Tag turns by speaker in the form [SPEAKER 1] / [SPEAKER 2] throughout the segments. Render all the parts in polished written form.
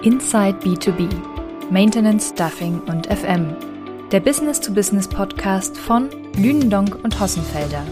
[SPEAKER 1] Inside B2B, Maintenance, Staffing und FM. Der Business-to-Business-Podcast von Lünendonk und Hossenfelder.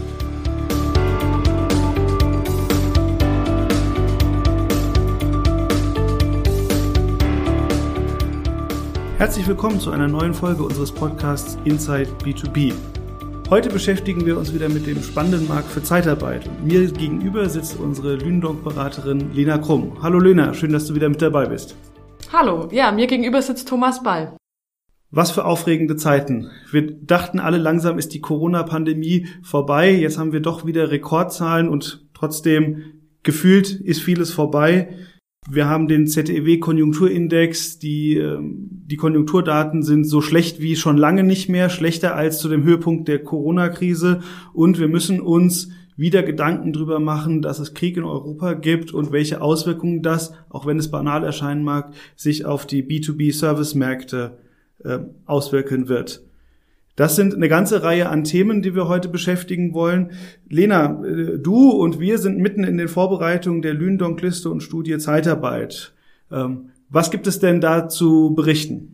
[SPEAKER 2] Herzlich willkommen zu einer neuen Folge unseres Podcasts Inside B2B. Heute beschäftigen wir uns wieder mit dem spannenden Markt für Zeitarbeit. Und mir gegenüber sitzt unsere Lünendonk-Beraterin Lena Krumm. Hallo Lena, schön, dass du wieder mit dabei bist.
[SPEAKER 3] Hallo, ja, mir gegenüber sitzt Thomas Ball.
[SPEAKER 2] Was für aufregende Zeiten. Wir dachten alle, langsam ist die Corona-Pandemie vorbei. Jetzt haben wir doch wieder Rekordzahlen und trotzdem gefühlt ist vieles vorbei. Wir haben den ZEW-Konjunkturindex, die Konjunkturdaten sind so schlecht wie schon lange nicht mehr, schlechter als zu dem Höhepunkt der Corona-Krise und wir müssen uns wieder Gedanken drüber machen, dass es Krieg in Europa gibt und welche Auswirkungen das, auch wenn es banal erscheinen mag, sich auf die B2B-Service-Märkte auswirken wird. Das sind eine ganze Reihe an Themen, die wir heute beschäftigen wollen. Lena, du und wir sind mitten in den Vorbereitungen der Lünendonk-Liste und Studie Zeitarbeit. Was gibt es denn da zu berichten?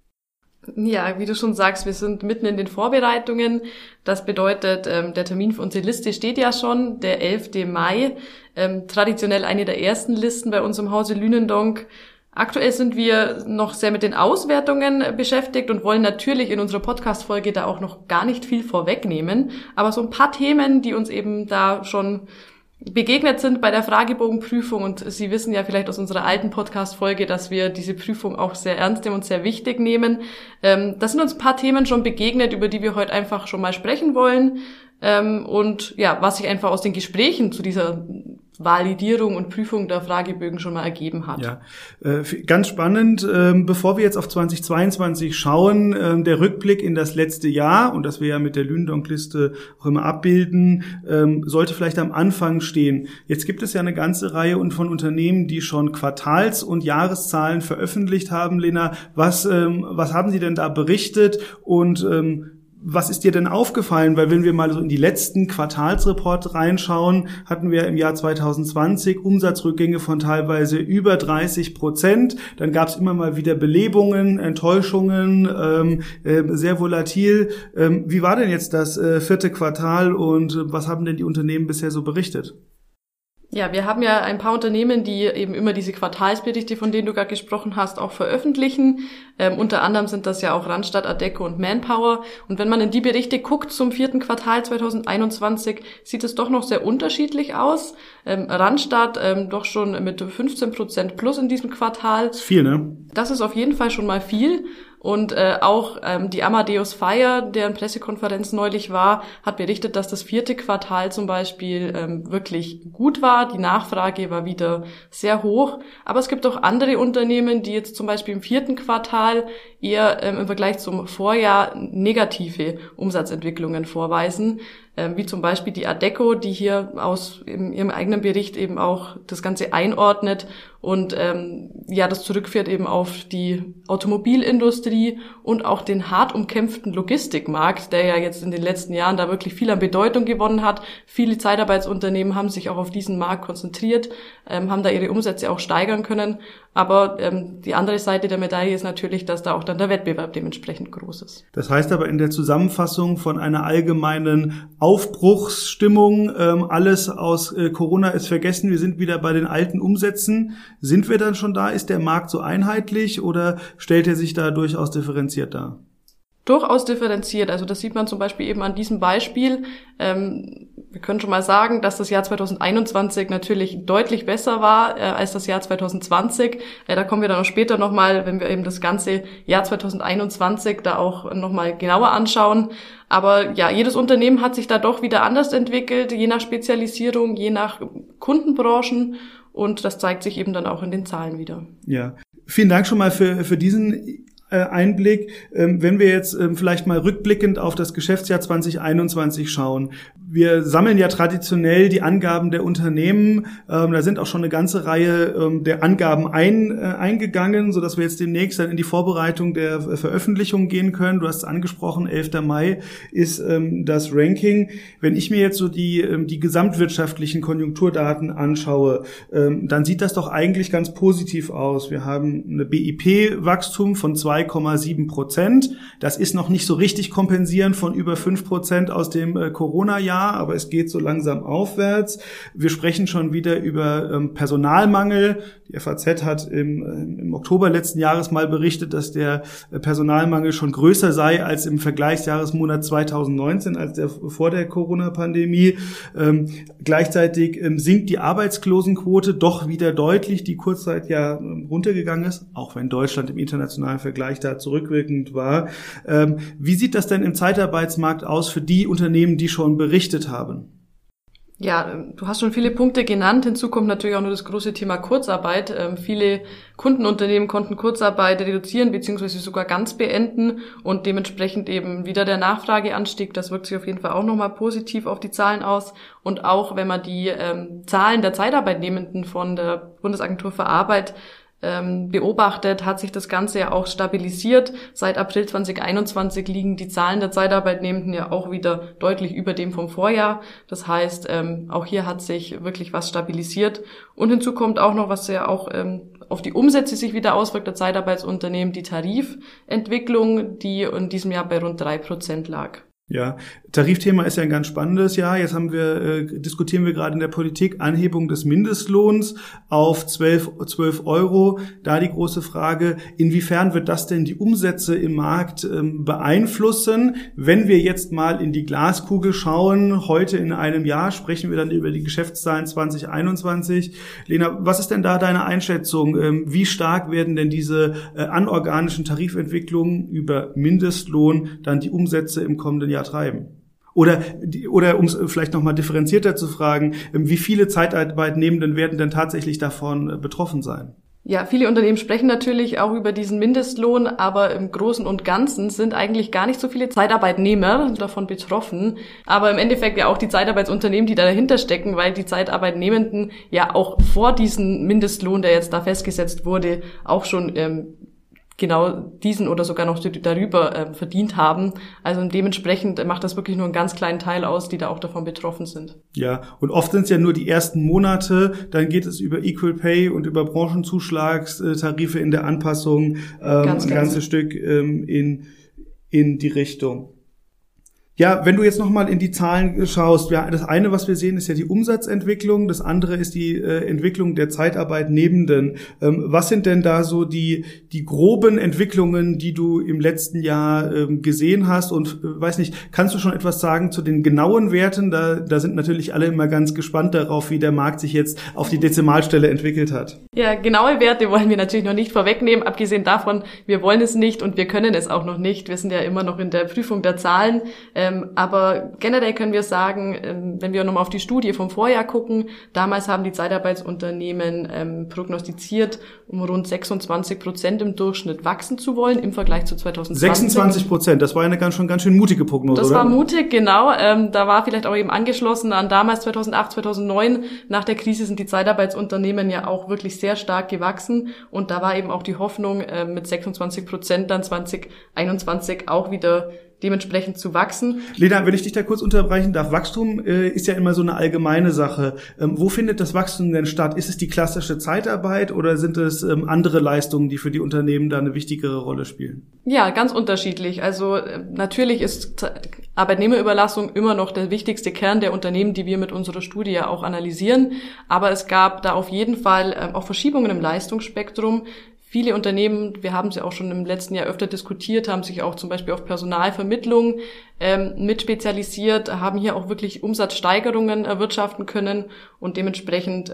[SPEAKER 3] Ja, wie du schon sagst, wir sind mitten in den Vorbereitungen. Das bedeutet, der Termin für unsere Liste steht ja schon, der 11. Mai. Traditionell eine der ersten Listen bei uns im Hause Lünendonk. Aktuell sind wir noch sehr mit den Auswertungen beschäftigt und wollen natürlich in unserer Podcast-Folge da auch noch gar nicht viel vorwegnehmen. Aber so ein paar Themen, die uns eben da schon begegnet sind bei der Fragebogenprüfung, und Sie wissen ja vielleicht aus unserer alten Podcast-Folge, dass wir diese Prüfung auch sehr ernst nehmen und sehr wichtig nehmen. Da sind uns ein paar Themen schon begegnet, über die wir heute einfach schon mal sprechen wollen. Und ja, was sich einfach aus den Gesprächen zu dieser Validierung und Prüfung der Fragebögen schon mal ergeben hat.
[SPEAKER 2] Ja, ganz spannend. Bevor wir jetzt auf 2022 schauen, der Rückblick in das letzte Jahr, und das wir ja mit der Lünendonk-Liste auch immer abbilden, sollte vielleicht am Anfang stehen. Jetzt gibt es ja eine ganze Reihe von Unternehmen, die schon Quartals- und Jahreszahlen veröffentlicht haben. Lena, was haben Sie denn da berichtet und was ist dir denn aufgefallen? Weil wenn wir mal so in die letzten Quartalsreporte reinschauen, hatten wir im Jahr 2020 Umsatzrückgänge von teilweise über 30%. Dann gab es immer mal wieder Belebungen, Enttäuschungen, sehr volatil. Wie war denn jetzt das vierte Quartal und was haben denn die Unternehmen bisher so berichtet?
[SPEAKER 3] Ja, wir haben ja ein paar Unternehmen, die eben immer diese Quartalsberichte, von denen du gerade gesprochen hast, auch veröffentlichen. Unter anderem sind das ja auch Randstad, Adecco und Manpower. Und wenn man in die Berichte guckt zum vierten Quartal 2021, sieht es doch noch sehr unterschiedlich aus. Randstad doch schon mit 15% plus in diesem Quartal.
[SPEAKER 2] Das ist viel, ne?
[SPEAKER 3] Das ist auf jeden Fall schon mal viel. Und auch die Amadeus Fire, deren Pressekonferenz neulich war, hat berichtet, dass das vierte Quartal zum Beispiel wirklich gut war. Die Nachfrage war wieder sehr hoch. Aber es gibt auch andere Unternehmen, die jetzt zum Beispiel im vierten Quartal eher im Vergleich zum Vorjahr negative Umsatzentwicklungen vorweisen. Wie zum Beispiel die Adecco, die hier aus ihrem eigenen Bericht eben auch das Ganze einordnet und das zurückführt eben auf die Automobilindustrie und auch den hart umkämpften Logistikmarkt, der ja jetzt in den letzten Jahren da wirklich viel an Bedeutung gewonnen hat. Viele Zeitarbeitsunternehmen haben sich auch auf diesen Markt konzentriert, haben da ihre Umsätze auch steigern können. Aber die andere Seite der Medaille ist natürlich, dass da auch dann der Wettbewerb dementsprechend groß ist.
[SPEAKER 2] Das heißt aber in der Zusammenfassung von einer allgemeinen Aufbruchsstimmung, alles aus Corona ist vergessen, wir sind wieder bei den alten Umsätzen. Sind wir dann schon da? Ist der Markt so einheitlich oder stellt er sich da durchaus differenziert dar?
[SPEAKER 3] Durchaus differenziert. Also das sieht man zum Beispiel eben an diesem Beispiel. Wir können schon mal sagen, dass das Jahr 2021 natürlich deutlich besser war als das Jahr 2020. Da kommen wir dann auch später nochmal, wenn wir eben das ganze Jahr 2021 da auch nochmal genauer anschauen. Aber ja, jedes Unternehmen hat sich da doch wieder anders entwickelt, je nach Spezialisierung, je nach Kundenbranchen. Und das zeigt sich eben dann auch in den Zahlen wieder.
[SPEAKER 2] Ja, vielen Dank schon mal für diesen Einblick. Wenn wir jetzt vielleicht mal rückblickend auf das Geschäftsjahr 2021 schauen, Wir sammeln ja traditionell die Angaben der Unternehmen. Da sind auch schon eine ganze Reihe der Angaben eingegangen, sodass wir jetzt demnächst dann in die Vorbereitung der Veröffentlichung gehen können. Du hast es angesprochen, 11. Mai ist das Ranking. Wenn ich mir jetzt so die gesamtwirtschaftlichen Konjunkturdaten anschaue, dann sieht das doch eigentlich ganz positiv aus. Wir haben eine BIP-Wachstum von 2,7%. Das ist noch nicht so richtig kompensierend von über 5% aus dem Corona-Jahr, aber es geht so langsam aufwärts. Wir sprechen schon wieder über Personalmangel. Die FAZ hat im Oktober letzten Jahres mal berichtet, dass der Personalmangel schon größer sei als im Vergleichsjahresmonat 2019, als vor der Corona-Pandemie. Gleichzeitig sinkt die Arbeitslosenquote doch wieder deutlich, die kurzzeit ja runtergegangen ist, auch wenn Deutschland im internationalen Vergleich da zurückwirkend war. Wie sieht das denn im Zeitarbeitsmarkt aus für die Unternehmen, die schon berichtet haben?
[SPEAKER 3] Ja, du hast schon viele Punkte genannt. Hinzu kommt natürlich auch nur das große Thema Kurzarbeit. Viele Kundenunternehmen konnten Kurzarbeit reduzieren bzw. sogar ganz beenden und dementsprechend eben wieder der Nachfrageanstieg. Das wirkt sich auf jeden Fall auch nochmal positiv auf die Zahlen aus. Und auch wenn man die Zahlen der Zeitarbeitnehmenden von der Bundesagentur für Arbeit beobachtet, hat sich das Ganze ja auch stabilisiert. Seit April 2021 liegen die Zahlen der Zeitarbeitnehmenden ja auch wieder deutlich über dem vom Vorjahr. Das heißt, auch hier hat sich wirklich was stabilisiert. Und hinzu kommt auch noch, was ja auch auf die Umsätze sich wieder auswirkt, der Zeitarbeitsunternehmen, die Tarifentwicklung, die in diesem Jahr bei rund 3% lag.
[SPEAKER 2] Ja, Tarifthema ist ja ein ganz spannendes Jahr. Jetzt diskutieren wir gerade in der Politik Anhebung des Mindestlohns auf 12 Euro. Da die große Frage, inwiefern wird das denn die Umsätze im Markt beeinflussen? Wenn wir jetzt mal in die Glaskugel schauen, heute in einem Jahr sprechen wir dann über die Geschäftszahlen 2021. Lena, was ist denn da deine Einschätzung? Wie stark werden denn diese anorganischen Tarifentwicklungen über Mindestlohn dann die Umsätze im kommenden Jahr treiben? Oder um es vielleicht nochmal differenzierter zu fragen, wie viele Zeitarbeitnehmenden werden denn tatsächlich davon betroffen sein?
[SPEAKER 3] Ja, viele Unternehmen sprechen natürlich auch über diesen Mindestlohn, aber im Großen und Ganzen sind eigentlich gar nicht so viele Zeitarbeitnehmer davon betroffen. Aber im Endeffekt ja auch die Zeitarbeitsunternehmen, die da dahinter stecken, weil die Zeitarbeitnehmenden ja auch vor diesem Mindestlohn, der jetzt da festgesetzt wurde, auch schon genau diesen oder sogar noch darüber verdient haben. Also dementsprechend macht das wirklich nur einen ganz kleinen Teil aus, die da auch davon betroffen sind. Ja, und oft sind es ja nur die ersten Monate, dann geht es über Equal Pay und über Branchenzuschlagstarife in der Anpassung ein ganzes Stück in die Richtung. Ja, wenn du jetzt nochmal in die Zahlen schaust, ja, das eine, was wir sehen, ist ja die Umsatzentwicklung, das andere ist die Entwicklung der Zeitarbeitnehmenden. Was sind denn da so die groben Entwicklungen, die du im letzten Jahr gesehen hast? Und weiß nicht, kannst du schon etwas sagen zu den genauen Werten? Da sind natürlich alle immer ganz gespannt darauf, wie der Markt sich jetzt auf die Dezimalstelle entwickelt hat. Ja, genaue Werte wollen wir natürlich noch nicht vorwegnehmen. Abgesehen davon, wir wollen es nicht und wir können es auch noch nicht. Wir sind ja immer noch in der Prüfung der Zahlen. Aber generell können wir sagen, wenn wir nochmal auf die Studie vom Vorjahr gucken, damals haben die Zeitarbeitsunternehmen prognostiziert, um rund 26% im Durchschnitt wachsen zu wollen im Vergleich zu 2020. 26%, das war eine ganz schön mutige Prognose, oder? Das war mutig, genau. Da war vielleicht auch eben angeschlossen an damals 2008, 2009. Nach der Krise sind die Zeitarbeitsunternehmen ja auch wirklich sehr stark gewachsen und da war eben auch die Hoffnung, mit 26% dann 2021 auch wieder dementsprechend zu wachsen. Lena, wenn ich dich da kurz unterbrechen darf, Wachstum ist ja immer so eine allgemeine Sache. Wo findet das Wachstum denn statt? Ist es die klassische Zeitarbeit oder sind es andere Leistungen, die für die Unternehmen da eine wichtigere Rolle spielen? Ja, ganz unterschiedlich. Also natürlich ist Arbeitnehmerüberlassung immer noch der wichtigste Kern der Unternehmen, die wir mit unserer Studie auch analysieren. Aber es gab da auf jeden Fall auch Verschiebungen im Leistungsspektrum. Viele Unternehmen, wir haben sie auch schon im letzten Jahr öfter diskutiert, haben sich auch zum Beispiel auf Personalvermittlung mit spezialisiert, haben hier auch wirklich Umsatzsteigerungen erwirtschaften können und dementsprechend,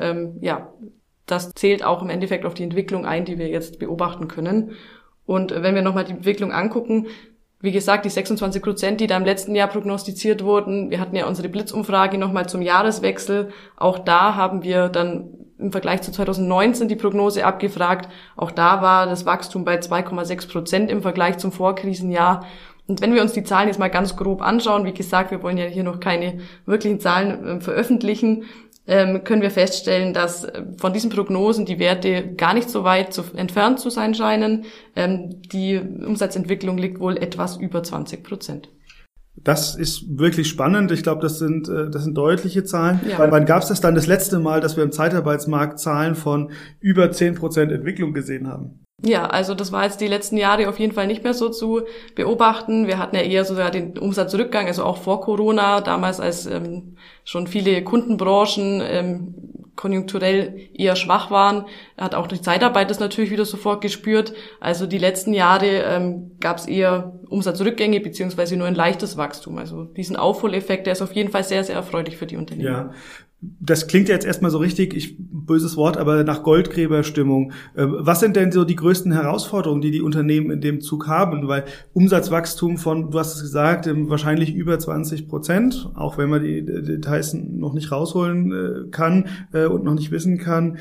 [SPEAKER 3] das zählt auch im Endeffekt auf die Entwicklung ein, die wir jetzt beobachten können. Und wenn wir nochmal die Entwicklung angucken, wie gesagt, die 26%, die da im letzten Jahr prognostiziert wurden, wir hatten ja unsere Blitzumfrage nochmal zum Jahreswechsel, auch da haben wir dann im Vergleich zu 2019 die Prognose abgefragt. Auch da war das Wachstum bei 2,6% im Vergleich zum Vorkrisenjahr. Und wenn wir uns die Zahlen jetzt mal ganz grob anschauen, wie gesagt, wir wollen ja hier noch keine wirklichen Zahlen veröffentlichen, können wir feststellen, dass von diesen Prognosen die Werte gar nicht so weit entfernt zu sein scheinen. Die Umsatzentwicklung liegt wohl etwas über 20%.
[SPEAKER 2] Das ist wirklich spannend. Ich glaube, das sind deutliche Zahlen.
[SPEAKER 3] Ja.
[SPEAKER 2] Wann gab es das dann das letzte Mal, dass wir im Zeitarbeitsmarkt Zahlen von über 10% Entwicklung gesehen haben?
[SPEAKER 3] Ja, also das war jetzt die letzten Jahre auf jeden Fall nicht mehr so zu beobachten. Wir hatten ja eher sogar den Umsatzrückgang, also auch vor Corona, damals als schon viele Kundenbranchen konjunkturell eher schwach waren, hat auch die Zeitarbeit das natürlich wieder sofort gespürt. Also die letzten Jahre gab es eher Umsatzrückgänge beziehungsweise nur ein leichtes Wachstum. Also diesen Aufholeffekt, der ist auf jeden Fall sehr, sehr erfreulich für die Unternehmen.
[SPEAKER 2] Ja. Das klingt ja jetzt erstmal so richtig, böses Wort, aber nach Goldgräberstimmung. Was sind denn so die größten Herausforderungen, die Unternehmen in dem Zug haben? Weil Umsatzwachstum von, du hast es gesagt, wahrscheinlich über 20%, auch wenn man die Details noch nicht rausholen kann und noch nicht wissen kann.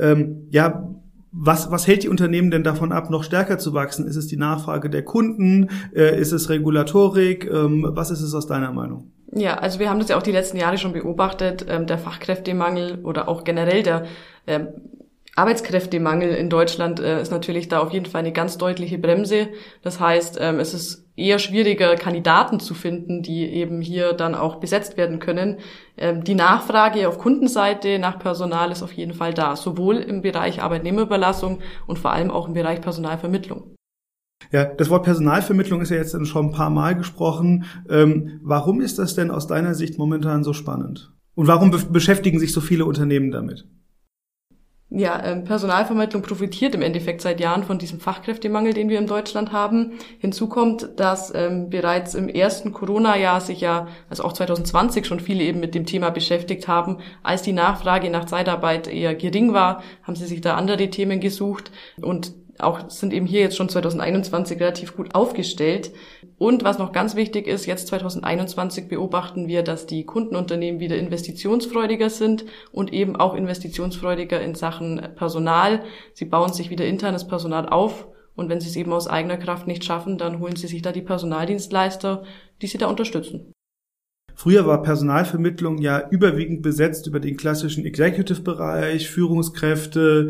[SPEAKER 2] Was hält die Unternehmen denn davon ab, noch stärker zu wachsen? Ist es die Nachfrage der Kunden? Ist es Regulatorik? Was ist es aus deiner Meinung?
[SPEAKER 3] Ja, also wir haben das ja auch die letzten Jahre schon beobachtet, der Fachkräftemangel oder auch generell der Arbeitskräftemangel in Deutschland ist natürlich da auf jeden Fall eine ganz deutliche Bremse. Das heißt, es ist eher schwieriger, Kandidaten zu finden, die eben hier dann auch besetzt werden können. Die Nachfrage auf Kundenseite nach Personal ist auf jeden Fall da, sowohl im Bereich Arbeitnehmerüberlassung und vor allem auch im Bereich Personalvermittlung.
[SPEAKER 2] Ja, das Wort Personalvermittlung ist ja jetzt schon ein paar Mal gesprochen. Warum ist das denn aus deiner Sicht momentan so spannend? Und warum beschäftigen sich so viele Unternehmen damit?
[SPEAKER 3] Ja, Personalvermittlung profitiert im Endeffekt seit Jahren von diesem Fachkräftemangel, den wir in Deutschland haben. Hinzu kommt, dass bereits im ersten Corona-Jahr sich ja, also auch 2020 schon viele eben mit dem Thema beschäftigt haben. Als die Nachfrage nach Zeitarbeit eher gering war, haben sie sich da andere Themen gesucht und auch sind eben hier jetzt schon 2021 relativ gut aufgestellt. Und was noch ganz wichtig ist, jetzt 2021 beobachten wir, dass die Kundenunternehmen wieder investitionsfreudiger sind und eben auch investitionsfreudiger in Sachen Personal. Sie bauen sich wieder internes Personal auf und wenn sie es eben aus eigener Kraft nicht schaffen, dann holen sie sich da die Personaldienstleister, die sie da unterstützen.
[SPEAKER 2] Früher war Personalvermittlung ja überwiegend besetzt über den klassischen Executive-Bereich, Führungskräfte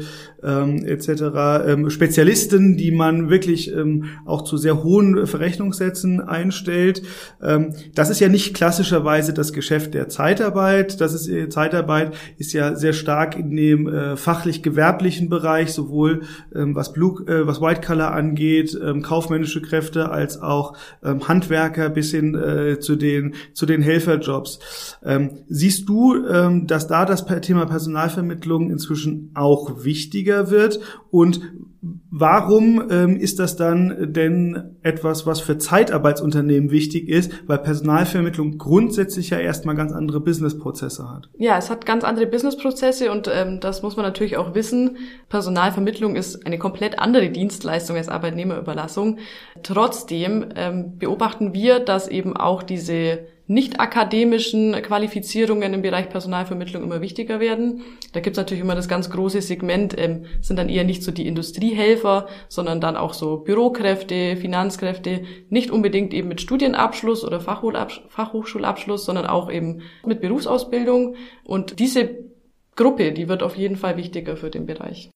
[SPEAKER 2] etc., Spezialisten, die man wirklich auch zu sehr hohen Verrechnungssätzen einstellt. Das ist ja nicht klassischerweise das Geschäft der Zeitarbeit. Zeitarbeit ist ja sehr stark in dem fachlich-gewerblichen Bereich, sowohl was White-Collar angeht, kaufmännische Kräfte, als auch Handwerker bis hin zu den Helferjobs. Siehst du, dass da das Thema Personalvermittlung inzwischen auch wichtiger wird? Und warum ist das dann denn etwas, was für Zeitarbeitsunternehmen wichtig ist? Weil Personalvermittlung grundsätzlich ja erstmal ganz andere Businessprozesse hat.
[SPEAKER 3] Ja, es hat ganz andere Businessprozesse und das muss man natürlich auch wissen. Personalvermittlung ist eine komplett andere Dienstleistung als Arbeitnehmerüberlassung. Trotzdem beobachten wir, dass eben auch diese nicht akademischen Qualifizierungen im Bereich Personalvermittlung immer wichtiger werden. Da gibt's natürlich immer das ganz große Segment, sind dann eher nicht so die Industriehelfer, sondern dann auch so Bürokräfte, Finanzkräfte, nicht unbedingt eben mit Studienabschluss oder Fachhochschulabschluss, sondern auch eben mit Berufsausbildung. Und diese Gruppe, die wird auf jeden Fall wichtiger für den Bereich.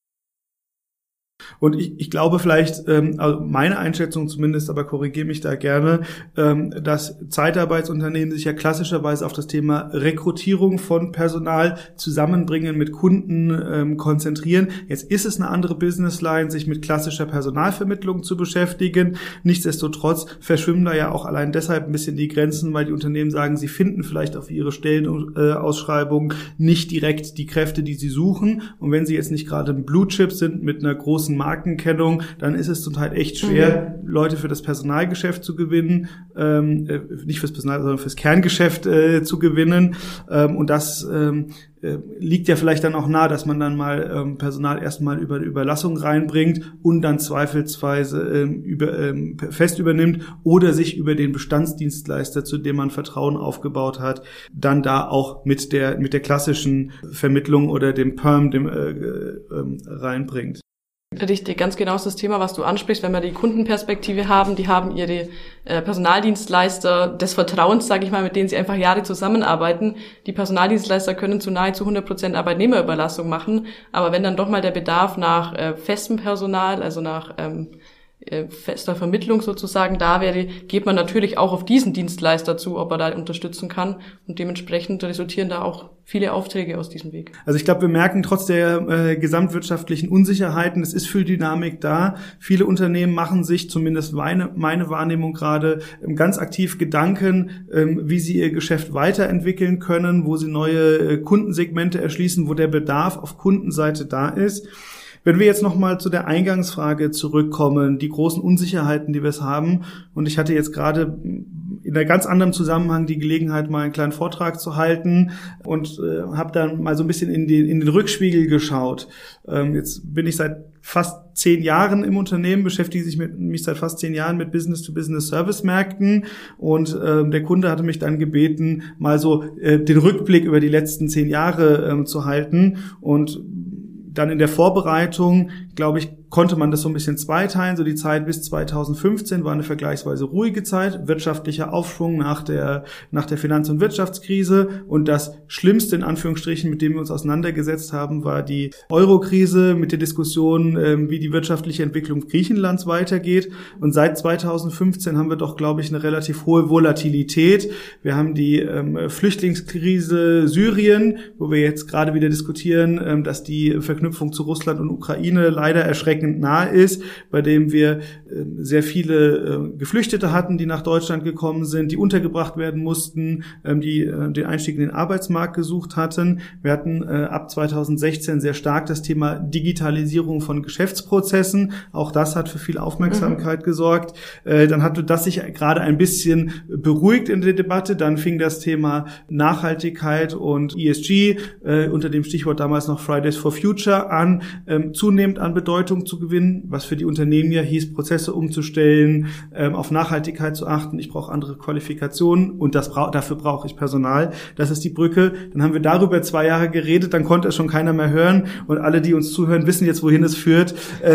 [SPEAKER 2] Und ich glaube vielleicht, also meine Einschätzung zumindest, aber korrigiere mich da gerne, dass Zeitarbeitsunternehmen sich ja klassischerweise auf das Thema Rekrutierung von Personal zusammenbringen, mit Kunden konzentrieren. Jetzt ist es eine andere Businessline, sich mit klassischer Personalvermittlung zu beschäftigen. Nichtsdestotrotz verschwimmen da ja auch allein deshalb ein bisschen die Grenzen, weil die Unternehmen sagen, sie finden vielleicht auf ihre Stellenausschreibungen nicht direkt die Kräfte, die sie suchen. Und wenn sie jetzt nicht gerade ein Blue Chip sind mit einer großen Markenkennung, dann ist es zum Teil echt schwer, Leute für das Personalgeschäft zu gewinnen, nicht fürs Personal, sondern fürs Kerngeschäft zu gewinnen. Und das liegt ja vielleicht dann auch nahe, dass man dann mal Personal erstmal über eine Überlassung reinbringt und dann zweifelsweise fest übernimmt oder sich über den Bestandsdienstleister, zu dem man Vertrauen aufgebaut hat, dann da auch mit der klassischen Vermittlung oder dem Perm reinbringt.
[SPEAKER 3] Richtig, ganz genau ist das Thema, was du ansprichst. Wenn wir die Kundenperspektive haben, die haben ihre Personaldienstleister des Vertrauens, sage ich mal, mit denen sie einfach Jahre zusammenarbeiten. Die Personaldienstleister können zu nahezu 100% Arbeitnehmerüberlassung machen, aber wenn dann doch mal der Bedarf nach festem Personal, also nach fester Vermittlung sozusagen da wäre, geht man natürlich auch auf diesen Dienstleister zu, ob er da unterstützen kann, und dementsprechend resultieren da auch viele Aufträge aus diesem Weg.
[SPEAKER 2] Also ich glaube, wir merken trotz der gesamtwirtschaftlichen Unsicherheiten, es ist viel Dynamik da. Viele Unternehmen machen sich, zumindest meine Wahrnehmung gerade, ganz aktiv Gedanken, wie sie ihr Geschäft weiterentwickeln können, wo sie neue Kundensegmente erschließen, wo der Bedarf auf Kundenseite da ist. Wenn wir jetzt nochmal zu der Eingangsfrage zurückkommen, die großen Unsicherheiten, die wir es haben, und ich hatte jetzt gerade in einem ganz anderen Zusammenhang die Gelegenheit, mal einen kleinen Vortrag zu halten und habe dann mal so ein bisschen in den Rückspiegel geschaut. Jetzt bin ich seit fast 10 Jahren im Unternehmen, beschäftige mich seit fast 10 Jahren mit Business-to-Business-Service-Märkten, und der Kunde hatte mich dann gebeten, mal so den Rückblick über die letzten 10 Jahre zu halten, und dann in der Vorbereitung, glaube ich, konnte man das so ein bisschen zweiteilen. So die Zeit bis 2015 war eine vergleichsweise ruhige Zeit, wirtschaftlicher Aufschwung nach der Finanz- und Wirtschaftskrise. Und das Schlimmste, in Anführungsstrichen, mit dem wir uns auseinandergesetzt haben, war die Euro-Krise mit der Diskussion, wie die wirtschaftliche Entwicklung Griechenlands weitergeht. Und seit 2015 haben wir doch, glaube ich, eine relativ hohe Volatilität. Wir haben die Flüchtlingskrise Syrien, wo wir jetzt gerade wieder diskutieren, dass die Verknüpfung zu Russland und Ukraine leider erschreckend nahe ist, bei dem wir sehr viele Geflüchtete hatten, die nach Deutschland gekommen sind, die untergebracht werden mussten, die den Einstieg in den Arbeitsmarkt gesucht hatten. Wir hatten ab 2016 sehr stark das Thema Digitalisierung von Geschäftsprozessen. Auch das hat für viel Aufmerksamkeit gesorgt. Dann hatte das sich gerade ein bisschen beruhigt in der Debatte. Dann fing das Thema Nachhaltigkeit und ESG unter dem Stichwort damals noch Fridays for Future an, zunehmend an Bedeutung zu gewinnen, was für die Unternehmen ja hieß, Prozesse umzustellen, auf Nachhaltigkeit zu achten. Ich brauche andere Qualifikationen, und dafür brauche ich Personal. Das ist die Brücke. Dann haben wir darüber 2 Jahre geredet, dann konnte es schon keiner mehr hören, und alle, die uns zuhören, wissen jetzt, wohin es führt.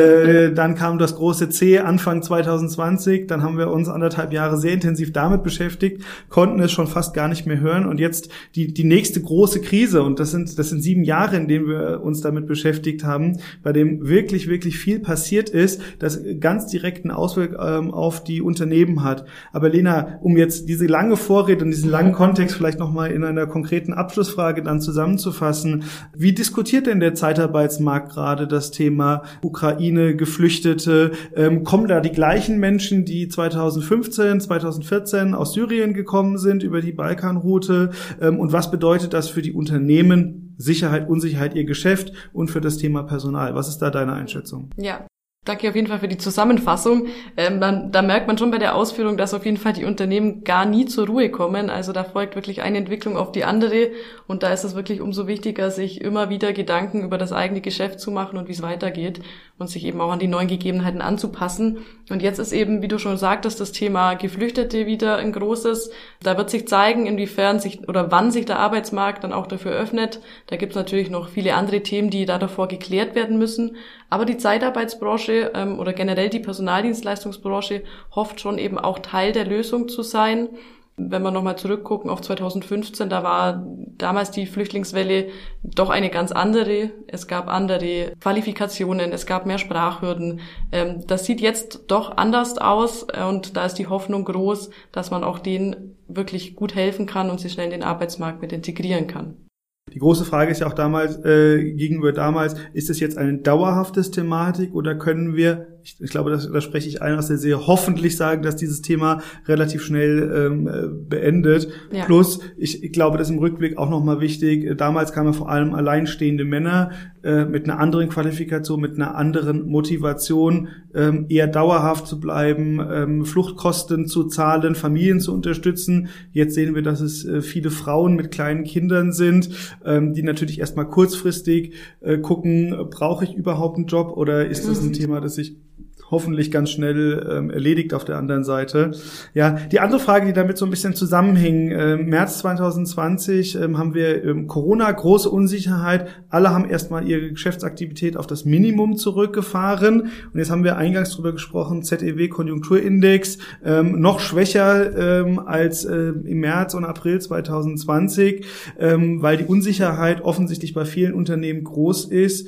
[SPEAKER 2] Dann kam das große C Anfang 2020, dann haben wir uns 1,5 Jahre sehr intensiv damit beschäftigt, konnten es schon fast gar nicht mehr hören, und jetzt die nächste große Krise, und das sind 7 Jahre, in denen wir uns damit beschäftigt haben, bei dem wirklich, wirklich viel passiert ist, das ganz direkten Auswirkungen auf die Unternehmen hat. Aber Lena, um jetzt diese lange Vorrede und diesen langen Kontext vielleicht nochmal in einer konkreten Abschlussfrage dann zusammenzufassen, wie diskutiert denn der Zeitarbeitsmarkt gerade das Thema Ukraine, Geflüchtete? Kommen da die gleichen Menschen, die 2015, 2014 aus Syrien gekommen sind über die Balkanroute? Und was bedeutet das für die Unternehmen? Sicherheit, Unsicherheit, ihr Geschäft und für das Thema Personal. Was ist da deine Einschätzung?
[SPEAKER 3] Ja, danke auf jeden Fall für die Zusammenfassung. Da merkt man schon bei der Ausführung, dass auf jeden Fall die Unternehmen gar nie zur Ruhe kommen. Also da folgt wirklich eine Entwicklung auf die andere, und da ist es wirklich umso wichtiger, sich immer wieder Gedanken über das eigene Geschäft zu machen und wie es weitergeht und sich eben auch an die neuen Gegebenheiten anzupassen. Und jetzt ist eben, wie du schon sagtest, das Thema Geflüchtete wieder ein großes. Da wird sich zeigen, inwiefern sich oder wann sich der Arbeitsmarkt dann auch dafür öffnet. Da gibt es natürlich noch viele andere Themen, die da davor geklärt werden müssen. Aber die Zeitarbeitsbranche oder generell die Personaldienstleistungsbranche hofft schon eben auch Teil der Lösung zu sein. Wenn wir nochmal zurückgucken auf 2015, da war damals die Flüchtlingswelle doch eine ganz andere. Es gab andere Qualifikationen, es gab mehr Sprachhürden. Das sieht jetzt doch anders aus, und da ist die Hoffnung groß, dass man auch denen wirklich gut helfen kann und sie schnell in den Arbeitsmarkt mit integrieren kann.
[SPEAKER 2] Die große Frage ist ja auch gegenüber damals, ist es jetzt eine dauerhafte Thematik, oder können wir, ich glaube, da spreche ich ein aus der Serie, hoffentlich sagen, dass dieses Thema relativ schnell beendet. Ja. Plus, ich glaube, das ist im Rückblick auch nochmal wichtig, damals kamen vor allem alleinstehende Männer mit einer anderen Qualifikation, mit einer anderen Motivation, eher dauerhaft zu bleiben, Fluchtkosten zu zahlen, Familien zu unterstützen. Jetzt sehen wir, dass es viele Frauen mit kleinen Kindern sind, die natürlich erstmal kurzfristig gucken, brauche ich überhaupt einen Job, oder ist das ein Thema, das ich hoffentlich ganz schnell erledigt auf der anderen Seite. Ja, die andere Frage, die damit so ein bisschen zusammenhing, März 2020 haben wir Corona, große Unsicherheit, alle haben erstmal ihre Geschäftsaktivität auf das Minimum zurückgefahren und jetzt haben wir eingangs drüber gesprochen, ZEW-Konjunkturindex, noch schwächer als im März und April 2020, weil die Unsicherheit offensichtlich bei vielen Unternehmen groß ist.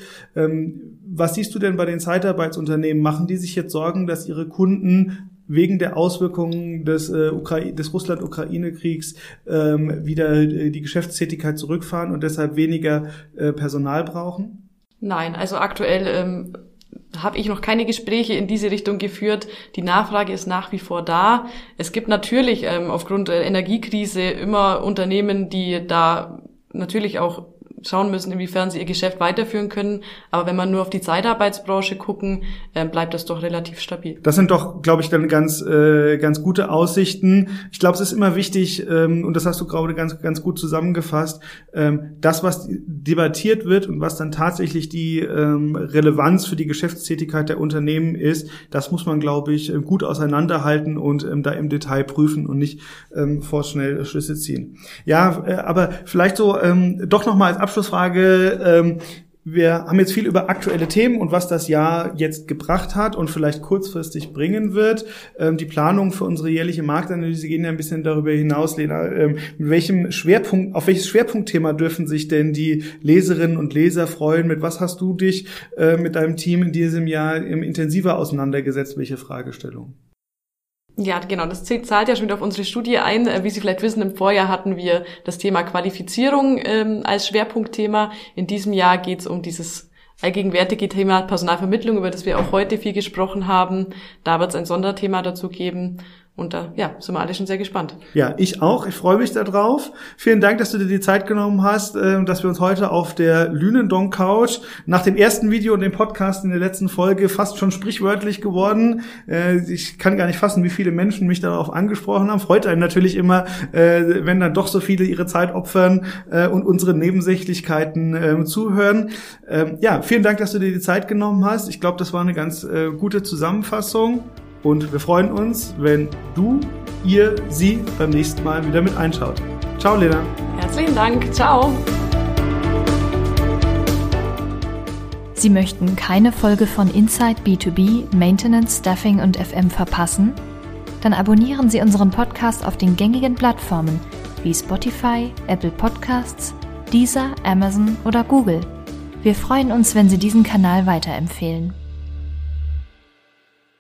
[SPEAKER 2] Was siehst du denn bei den Zeitarbeitsunternehmen? Machen die sich jetzt Sorgen, dass ihre Kunden wegen der Auswirkungen des Russland-Ukraine-Kriegs wieder die Geschäftstätigkeit zurückfahren und deshalb weniger Personal brauchen?
[SPEAKER 3] Nein, also aktuell habe ich noch keine Gespräche in diese Richtung geführt. Die Nachfrage ist nach wie vor da. Es gibt natürlich aufgrund der Energiekrise immer Unternehmen, die da natürlich auch schauen müssen, inwiefern sie ihr Geschäft weiterführen können. Aber wenn man nur auf die Zeitarbeitsbranche gucken, bleibt das doch relativ stabil.
[SPEAKER 2] Das sind doch, glaube ich, dann ganz gute Aussichten. Ich glaube, es ist immer wichtig, und das hast du gerade ganz gut zusammengefasst, das, was debattiert wird und was dann tatsächlich die Relevanz für die Geschäftstätigkeit der Unternehmen ist, das muss man, glaube ich, gut auseinanderhalten und da im Detail prüfen und nicht vorschnell Schlüsse ziehen. Ja, aber vielleicht so doch nochmal als Abschlussfrage, wir haben jetzt viel über aktuelle Themen und was das Jahr jetzt gebracht hat und vielleicht kurzfristig bringen wird. Die Planungen für unsere jährliche Marktanalyse gehen ja ein bisschen darüber hinaus, Lena. Auf welches Schwerpunktthema dürfen sich denn die Leserinnen und Leser freuen? Mit was hast du dich mit deinem Team in diesem Jahr intensiver auseinandergesetzt? Welche Fragestellung?
[SPEAKER 3] Ja, genau, das zahlt ja schon wieder auf unsere Studie ein. Wie Sie vielleicht wissen, im Vorjahr hatten wir das Thema Qualifizierung als Schwerpunktthema. In diesem Jahr geht es um dieses allgegenwärtige Thema Personalvermittlung, über das wir auch heute viel gesprochen haben. Da wird es ein Sonderthema dazu geben. Und da sind wir alle schon sehr gespannt.
[SPEAKER 2] Ja, ich auch. Ich freue mich darauf. Vielen Dank, dass du dir die Zeit genommen hast, dass wir uns heute auf der Lünendonk Couch nach dem ersten Video und dem Podcast in der letzten Folge fast schon sprichwörtlich geworden. Ich kann gar nicht fassen, wie viele Menschen mich darauf angesprochen haben. Freut einen natürlich immer, wenn dann doch so viele ihre Zeit opfern und unsere Nebensächlichkeiten zuhören. Vielen Dank, dass du dir die Zeit genommen hast. Ich glaube, das war eine ganz gute Zusammenfassung. Und wir freuen uns, wenn ihr, sie beim nächsten Mal wieder mit einschaut. Ciao, Lena.
[SPEAKER 3] Herzlichen Dank. Ciao.
[SPEAKER 1] Sie möchten keine Folge von Inside B2B, Maintenance, Staffing und FM verpassen? Dann abonnieren Sie unseren Podcast auf den gängigen Plattformen wie Spotify, Apple Podcasts, Deezer, Amazon oder Google. Wir freuen uns, wenn Sie diesen Kanal weiterempfehlen.